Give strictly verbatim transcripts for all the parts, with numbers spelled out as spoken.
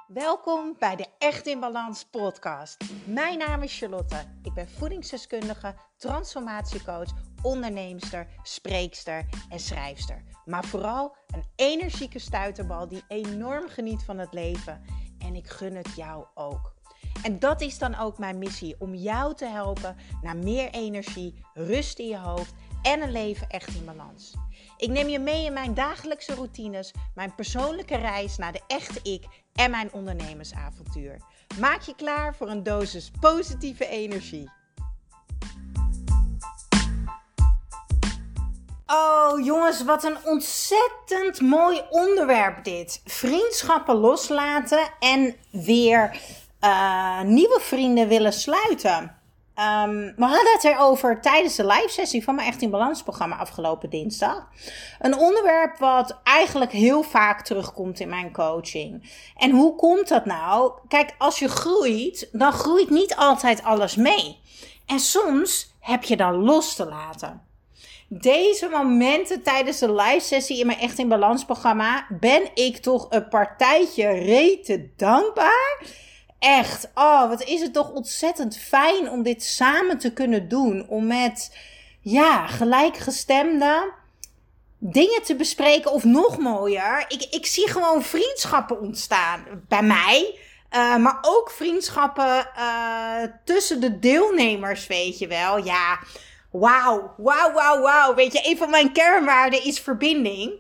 Welkom bij de Echt in Balans podcast. Mijn naam is Charlotte. Ik ben voedingsdeskundige, transformatiecoach, onderneemster, spreekster en schrijfster. Maar vooral een energieke stuiterbal die enorm geniet van het leven. En ik gun het jou ook. En dat is dan ook mijn missie, om jou te helpen naar meer energie, rust in je hoofd en een leven echt in balans. Ik neem je mee in mijn dagelijkse routines, mijn persoonlijke reis naar de echte ik en mijn ondernemersavontuur. Maak je klaar voor een dosis positieve energie. Oh jongens, wat een ontzettend mooi onderwerp dit. Vriendschappen loslaten en weer uh, nieuwe vrienden willen sluiten. Um, we hadden het erover tijdens de live sessie van mijn Echt in Balans programma afgelopen dinsdag. Een onderwerp wat eigenlijk heel vaak terugkomt in mijn coaching. En hoe komt dat nou? Kijk, als je groeit, dan groeit niet altijd alles mee. En soms heb je dan los te laten. Deze momenten tijdens de live sessie in mijn Echt in Balans programma ben ik toch een partijtje rete dankbaar. Echt, oh, wat is het toch ontzettend fijn om dit samen te kunnen doen. Om met, ja, gelijkgestemden dingen te bespreken. Of nog mooier, ik, ik zie gewoon vriendschappen ontstaan bij mij. Uh, maar ook vriendschappen uh, tussen de deelnemers, weet je wel. Ja, wauw, wauw, wauw, wauw. Weet je, een van mijn kernwaarden is verbinding.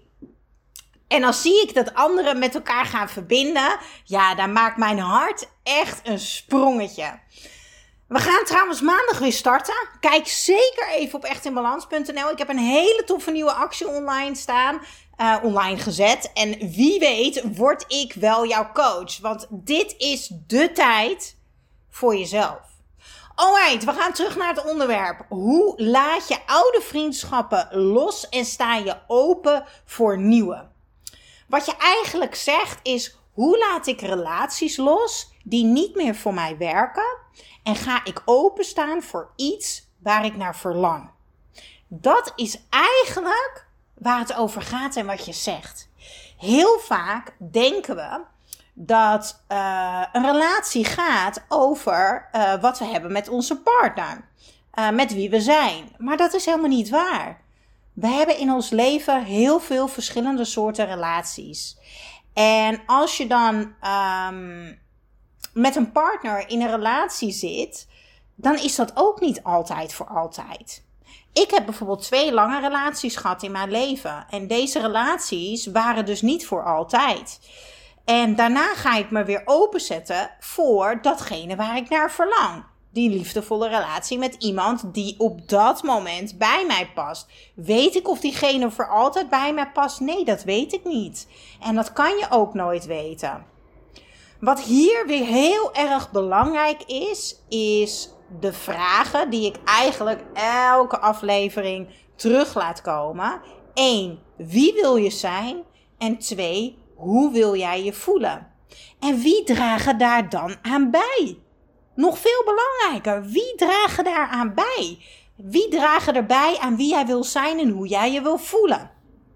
En dan zie ik dat anderen met elkaar gaan verbinden. Ja, daar maakt mijn hart echt een sprongetje. We gaan trouwens maandag weer starten. Kijk zeker even op echtinbalans punt n l. Ik heb een hele toffe nieuwe actie online staan. Uh, online gezet. En wie weet word ik wel jouw coach. Want dit is de tijd voor jezelf. Alright, we gaan terug naar het onderwerp. Hoe laat je oude vriendschappen los en sta je open voor nieuwe? Wat je eigenlijk zegt is, hoe laat ik relaties los die niet meer voor mij werken en ga ik openstaan voor iets waar ik naar verlang? Dat is eigenlijk waar het over gaat en wat je zegt. Heel vaak denken we dat uh, een relatie gaat over uh, wat we hebben met onze partner, uh, met wie we zijn. Maar dat is helemaal niet waar. We hebben in ons leven heel veel verschillende soorten relaties. En als je dan um, met een partner in een relatie zit, dan is dat ook niet altijd voor altijd. Ik heb bijvoorbeeld twee lange relaties gehad in mijn leven. En deze relaties waren dus niet voor altijd. En daarna ga ik me weer openzetten voor datgene waar ik naar verlang. Die liefdevolle relatie met iemand die op dat moment bij mij past. Weet ik of diegene voor altijd bij mij past? Nee, dat weet ik niet. En dat kan je ook nooit weten. Wat hier weer heel erg belangrijk is, is de vragen die ik eigenlijk elke aflevering terug laat komen. Eén, wie wil je zijn? En twee, hoe wil jij je voelen? En wie dragen daar dan aan bij? Nog veel belangrijker, wie dragen daar aan bij? Wie dragen erbij aan wie jij wil zijn en hoe jij je wil voelen?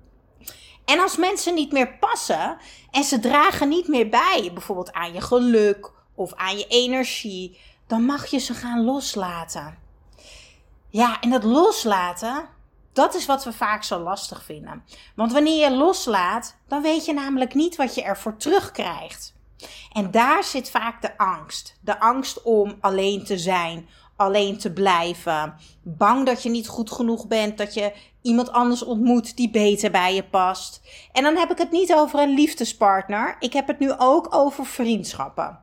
En als mensen niet meer passen en ze dragen niet meer bij, bijvoorbeeld aan je geluk of aan je energie, dan mag je ze gaan loslaten. Ja, en dat loslaten, dat is wat we vaak zo lastig vinden. Want wanneer je loslaat, dan weet je namelijk niet wat je ervoor terugkrijgt. En daar zit vaak de angst. De angst om alleen te zijn, alleen te blijven. Bang dat je niet goed genoeg bent, dat je iemand anders ontmoet die beter bij je past. En dan heb ik het niet over een liefdespartner. Ik heb het nu ook over vriendschappen.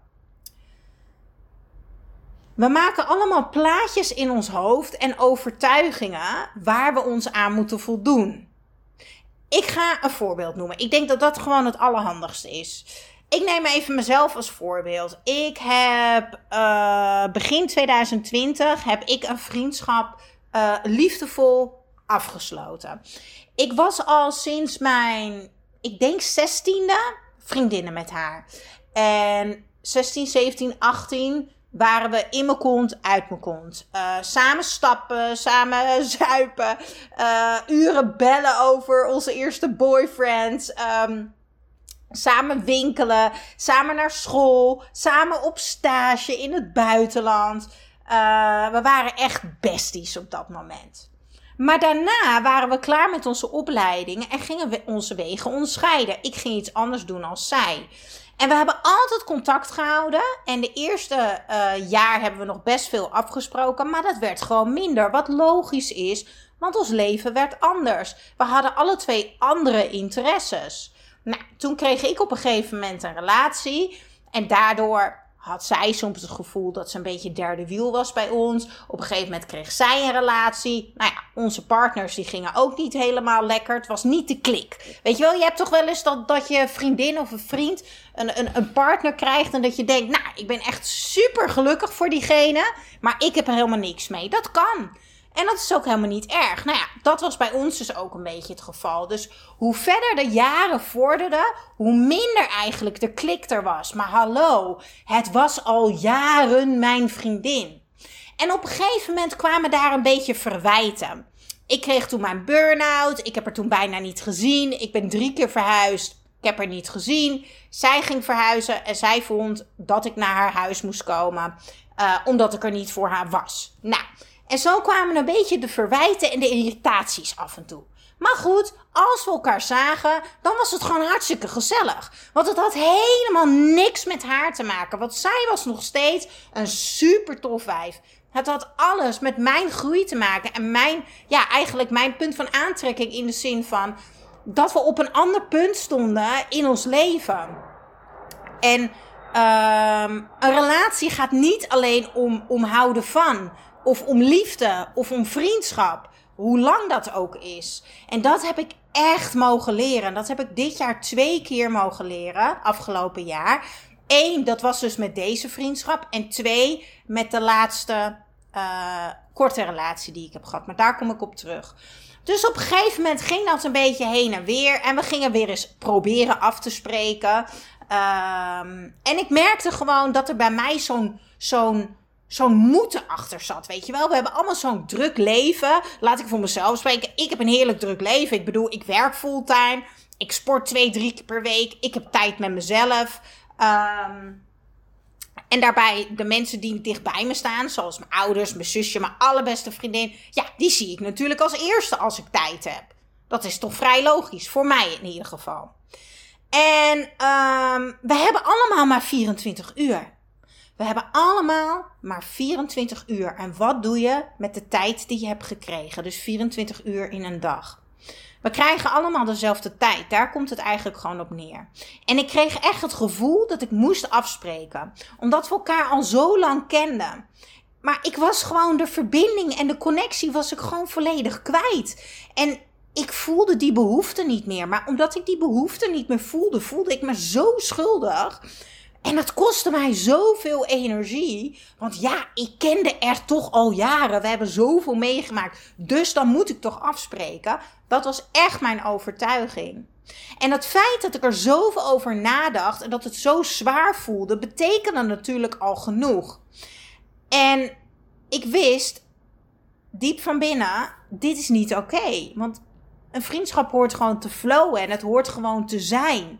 We maken allemaal plaatjes in ons hoofd en overtuigingen waar we ons aan moeten voldoen. Ik ga een voorbeeld noemen. Ik denk dat dat gewoon het allerhandigste is. Ik neem even mezelf als voorbeeld. Ik heb uh, begin twintig twintig heb ik een vriendschap uh, liefdevol afgesloten. Ik was al sinds mijn, ik denk zestiende, vriendinnen met haar. En zestien, zeventien, achttien waren we in mijn kont, uit mijn kont. Uh, samen stappen, samen zuipen, uh, uren bellen over onze eerste boyfriends. Um, Samen winkelen, samen naar school, samen op stage in het buitenland. Uh, we waren echt besties op dat moment. Maar daarna waren we klaar met onze opleiding en gingen we onze wegen onderscheiden. Ik ging iets anders doen als zij. En we hebben altijd contact gehouden. En de eerste uh, jaar hebben we nog best veel afgesproken. Maar dat werd gewoon minder. Wat logisch is, want ons leven werd anders. We hadden alle twee andere interesses. Nou, toen kreeg ik op een gegeven moment een relatie. En daardoor had zij soms het gevoel dat ze een beetje derde wiel was bij ons. Op een gegeven moment kreeg zij een relatie. Nou ja, onze partners die gingen ook niet helemaal lekker. Het was niet de klik. Weet je wel, je hebt toch wel eens dat, dat je vriendin of een vriend een, een, een partner krijgt. En dat je denkt, nou, ik ben echt super gelukkig voor diegene. Maar ik heb er helemaal niks mee. Dat kan. En dat is ook helemaal niet erg. Nou ja, dat was bij ons dus ook een beetje het geval. Dus hoe verder de jaren vorderden, hoe minder eigenlijk de klik er was. Maar hallo, het was al jaren mijn vriendin. En op een gegeven moment kwamen daar een beetje verwijten. Ik kreeg toen mijn burn-out. Ik heb haar toen bijna niet gezien. Ik ben drie keer verhuisd. Ik heb haar niet gezien. Zij ging verhuizen en zij vond dat ik naar haar huis moest komen. Uh, omdat ik er niet voor haar was. Nou... En zo kwamen een beetje de verwijten en de irritaties af en toe. Maar goed, als we elkaar zagen, dan was het gewoon hartstikke gezellig. Want het had helemaal niks met haar te maken. Want zij was nog steeds een super tof wijf. Het had alles met mijn groei te maken. En mijn, ja, eigenlijk mijn punt van aantrekking in de zin van dat we op een ander punt stonden in ons leven. En um, een relatie gaat niet alleen om, om houden van... Of om liefde, of om vriendschap. Hoe lang dat ook is. En dat heb ik echt mogen leren. Dat heb ik dit jaar twee keer mogen leren. Afgelopen jaar. Eén, dat was dus met deze vriendschap. En twee, met de laatste uh, korte relatie die ik heb gehad. Maar daar kom ik op terug. Dus op een gegeven moment ging dat een beetje heen en weer. En we gingen weer eens proberen af te spreken. Um, en ik merkte gewoon dat er bij mij zo'n... zo'n Zo'n moeten achter zat, weet je wel. We hebben allemaal zo'n druk leven. Laat ik voor mezelf spreken. Ik heb een heerlijk druk leven. Ik bedoel, ik werk fulltime. Ik sport twee, drie keer per week. Ik heb tijd met mezelf. Um, en daarbij de mensen die dicht bij me staan. Zoals mijn ouders, mijn zusje, mijn allerbeste vriendin. Ja, die zie ik natuurlijk als eerste als ik tijd heb. Dat is toch vrij logisch. Voor mij in ieder geval. En um, we hebben allemaal maar vierentwintig uur. We hebben allemaal maar vierentwintig uur. En wat doe je met de tijd die je hebt gekregen? Dus vierentwintig uur in een dag. We krijgen allemaal dezelfde tijd. Daar komt het eigenlijk gewoon op neer. En ik kreeg echt het gevoel dat ik moest afspreken. Omdat we elkaar al zo lang kenden. Maar ik was gewoon de verbinding en de connectie was ik gewoon volledig kwijt. En ik voelde die behoefte niet meer. Maar omdat ik die behoefte niet meer voelde, voelde ik me zo schuldig. En dat kostte mij zoveel energie. Want ja, ik kende er toch al jaren. We hebben zoveel meegemaakt. Dus dan moet ik toch afspreken. Dat was echt mijn overtuiging. En het feit dat ik er zoveel over nadacht. En dat het zo zwaar voelde. Betekende natuurlijk al genoeg. En ik wist. Diep van binnen. Dit is niet oké. Okay, want een vriendschap hoort gewoon te flowen. En het hoort gewoon te zijn.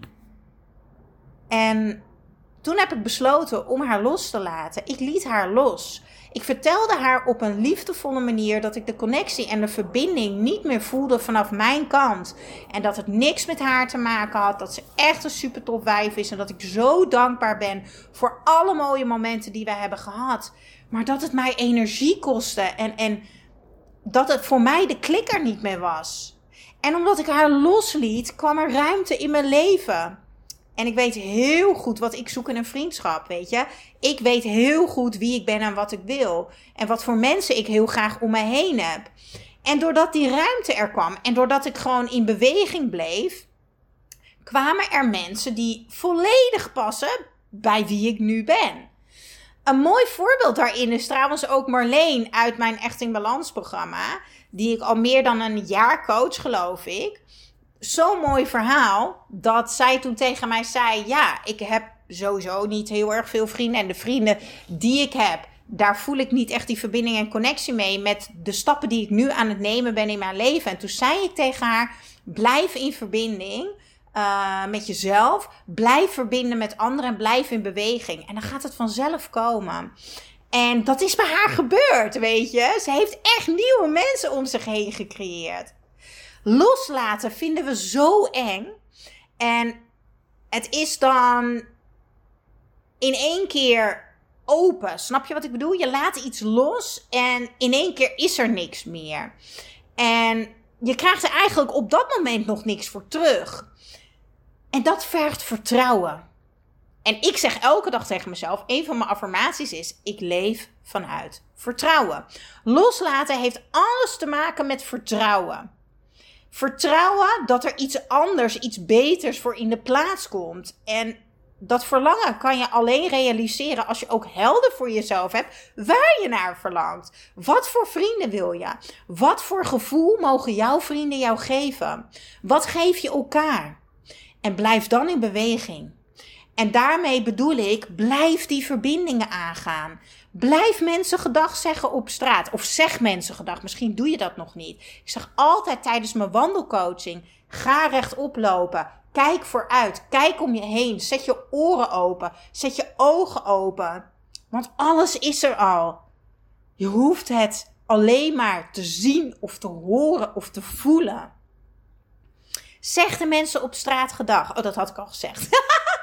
En toen heb ik besloten om haar los te laten. Ik liet haar los. Ik vertelde haar op een liefdevolle manier dat ik de connectie en de verbinding niet meer voelde vanaf mijn kant. En dat het niks met haar te maken had. Dat ze echt een super top wijf is. En dat ik zo dankbaar ben voor alle mooie momenten die we hebben gehad. Maar dat het mij energie kostte. En, en dat het voor mij de klik er niet meer was. En omdat ik haar losliet, kwam er ruimte in mijn leven. En ik weet heel goed wat ik zoek in een vriendschap, weet je. Ik weet heel goed wie ik ben en wat ik wil. En wat voor mensen ik heel graag om me heen heb. En doordat die ruimte er kwam en doordat ik gewoon in beweging bleef, kwamen er mensen die volledig passen bij wie ik nu ben. Een mooi voorbeeld daarin is trouwens ook Marleen uit mijn Echt in Balans programma. Die ik al meer dan een jaar coach, geloof ik. Zo'n mooi verhaal dat zij toen tegen mij zei, ja, ik heb sowieso niet heel erg veel vrienden. En de vrienden die ik heb, daar voel ik niet echt die verbinding en connectie mee met de stappen die ik nu aan het nemen ben in mijn leven. En toen zei ik tegen haar, blijf in verbinding. uh, met jezelf. Blijf verbinden met anderen en blijf in beweging. En dan gaat het vanzelf komen. En dat is bij haar gebeurd, weet je. Ze heeft echt nieuwe mensen om zich heen gecreëerd. Loslaten vinden we zo eng. En het is dan in één keer open. Snap je wat ik bedoel? Je laat iets los en in één keer is er niks meer. En je krijgt er eigenlijk op dat moment nog niks voor terug. En dat vergt vertrouwen. En ik zeg elke dag tegen mezelf, een van mijn affirmaties is, ik leef vanuit vertrouwen. Loslaten heeft alles te maken met vertrouwen. Vertrouwen dat er iets anders, iets beters voor in de plaats komt. En dat verlangen kan je alleen realiseren als je ook helder voor jezelf hebt waar je naar verlangt. Wat voor vrienden wil je? Wat voor gevoel mogen jouw vrienden jou geven? Wat geef je elkaar? En blijf dan in beweging. En daarmee bedoel ik, blijf die verbindingen aangaan. Blijf mensen gedag zeggen op straat. Of zeg mensen gedag, misschien doe je dat nog niet. Ik zeg altijd tijdens mijn wandelcoaching, ga rechtop lopen. Kijk vooruit, kijk om je heen. Zet je oren open, zet je ogen open. Want alles is er al. Je hoeft het alleen maar te zien of te horen of te voelen. Zeg de mensen op straat gedag. Oh, dat had ik al gezegd.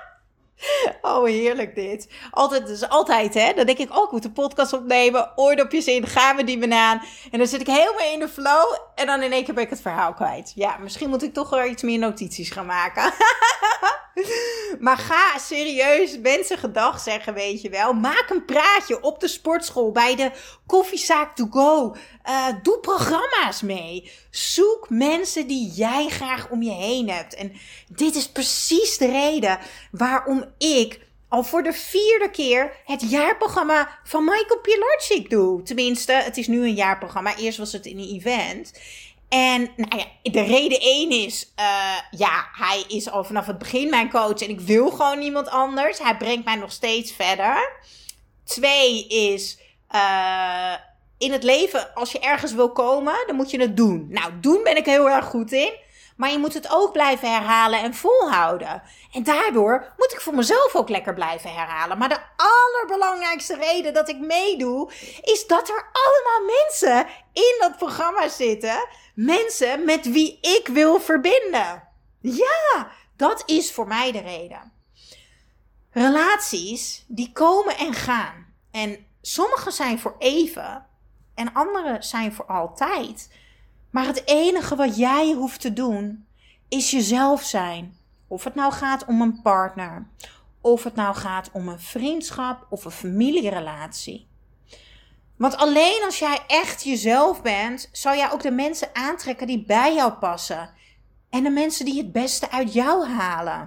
Oh, heerlijk dit. Altijd, dus altijd, hè. Dan denk ik, oh, ik moet een podcast opnemen. Oordopjes in, gaan we die banaan. En dan zit ik helemaal in de flow. En dan in één keer ben ik het verhaal kwijt. Ja, misschien moet ik toch wel iets meer notities gaan maken. Maar ga serieus mensen gedag zeggen, weet je wel. Maak een praatje op de sportschool, bij de koffiezaak to go. Uh, doe programma's mee. Zoek mensen die jij graag om je heen hebt. En dit is precies de reden waarom ik al voor de vierde keer het jaarprogramma van Michael Pilarczyk doe. Tenminste, het is nu een jaarprogramma. Eerst was het in een event. En nou ja, de reden één is, uh, ja, hij is al vanaf het begin mijn coach en ik wil gewoon niemand anders. Hij brengt mij nog steeds verder. Twee is, uh, in het leven, als je ergens wil komen, dan moet je het doen. Nou, doen ben ik heel erg goed in. Maar je moet het ook blijven herhalen en volhouden. En daardoor moet ik voor mezelf ook lekker blijven herhalen. Maar de allerbelangrijkste reden dat ik meedoe, is dat er allemaal mensen in dat programma zitten. Mensen met wie ik wil verbinden. Ja, dat is voor mij de reden. Relaties, die komen en gaan. En sommige zijn voor even en andere zijn voor altijd. Maar het enige wat jij hoeft te doen, is jezelf zijn. Of het nou gaat om een partner, of het nou gaat om een vriendschap of een familierelatie. Want alleen als jij echt jezelf bent, zal jij ook de mensen aantrekken die bij jou passen. En de mensen die het beste uit jou halen.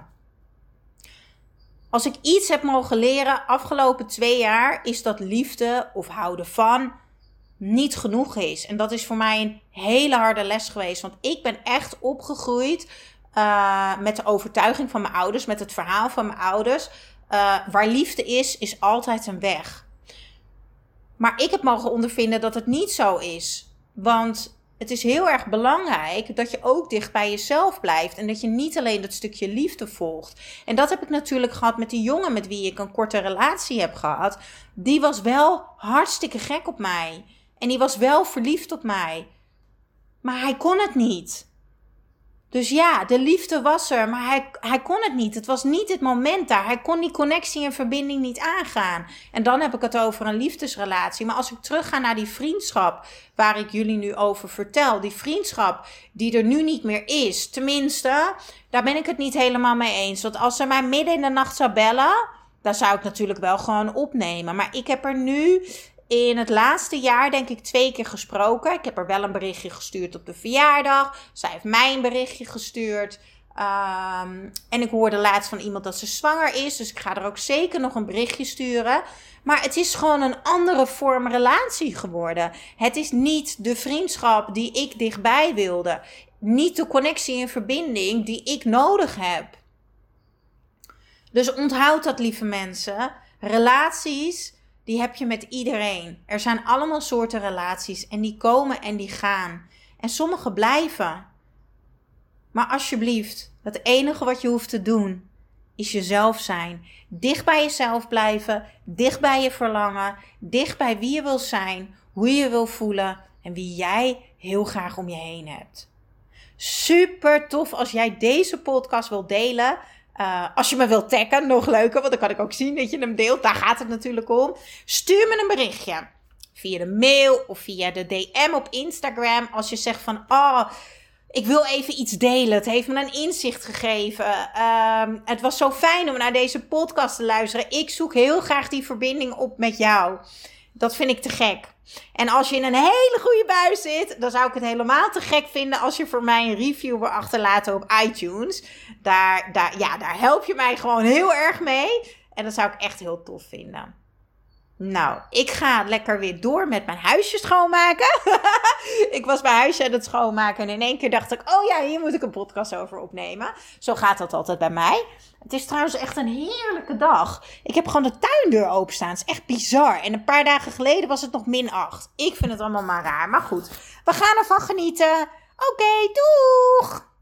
Als ik iets heb mogen leren afgelopen twee jaar, is dat liefde of houden van niet genoeg is. En dat is voor mij een hele harde les geweest. Want ik ben echt opgegroeid uh, met de overtuiging van mijn ouders, met het verhaal van mijn ouders. Uh, waar liefde is, is altijd een weg. Maar ik heb mogen ondervinden dat het niet zo is. Want het is heel erg belangrijk dat je ook dicht bij jezelf blijft. En dat je niet alleen dat stukje liefde volgt. En dat heb ik natuurlijk gehad met die jongen met wie ik een korte relatie heb gehad. Die was wel hartstikke gek op mij. En die was wel verliefd op mij. Maar hij kon het niet. Dus ja, de liefde was er, maar hij, hij kon het niet. Het was niet het moment daar. Hij kon die connectie en verbinding niet aangaan. En dan heb ik het over een liefdesrelatie. Maar als ik terugga naar die vriendschap waar ik jullie nu over vertel. Die vriendschap die er nu niet meer is. Tenminste, daar ben ik het niet helemaal mee eens. Want als ze mij midden in de nacht zou bellen, dan zou ik natuurlijk wel gewoon opnemen. Maar ik heb er nu in het laatste jaar denk ik twee keer gesproken. Ik heb er wel een berichtje gestuurd op de verjaardag. Zij heeft mij een berichtje gestuurd. Um, en ik hoorde laatst van iemand dat ze zwanger is. Dus ik ga er ook zeker nog een berichtje sturen. Maar het is gewoon een andere vorm relatie geworden. Het is niet de vriendschap die ik dichtbij wilde. Niet de connectie en verbinding die ik nodig heb. Dus onthoud dat, lieve mensen. Relaties, die heb je met iedereen. Er zijn allemaal soorten relaties en die komen en die gaan. En sommige blijven. Maar alsjeblieft, het enige wat je hoeft te doen is jezelf zijn. Dicht bij jezelf blijven, dicht bij je verlangen, dicht bij wie je wil zijn, hoe je wil voelen en wie jij heel graag om je heen hebt. Super tof als jij deze podcast wilt delen. Uh, als je me wilt taggen, nog leuker, want dan kan ik ook zien dat je hem deelt. Daar gaat het natuurlijk om. Stuur me een berichtje. Via de mail of via de D M op Instagram. Als je zegt van, oh, ik wil even iets delen. Het heeft me een inzicht gegeven. Um, het was zo fijn om naar deze podcast te luisteren. Ik zoek heel graag die verbinding op met jou. Dat vind ik te gek. En als je in een hele goede bui zit, dan zou ik het helemaal te gek vinden als je voor mij een review wil achterlaten op iTunes. Daar, daar, ja, daar help je mij gewoon heel erg mee. En dat zou ik echt heel tof vinden. Nou, ik ga lekker weer door met mijn huisje schoonmaken. Ik was mijn huisje aan het schoonmaken en in één keer dacht ik, oh ja, hier moet ik een podcast over opnemen. Zo gaat dat altijd bij mij. Het is trouwens echt een heerlijke dag. Ik heb gewoon de tuindeur openstaan. Het is echt bizar. En een paar dagen geleden was het nog min acht. Ik vind het allemaal maar raar. Maar goed, we gaan ervan genieten. Oké, doeg!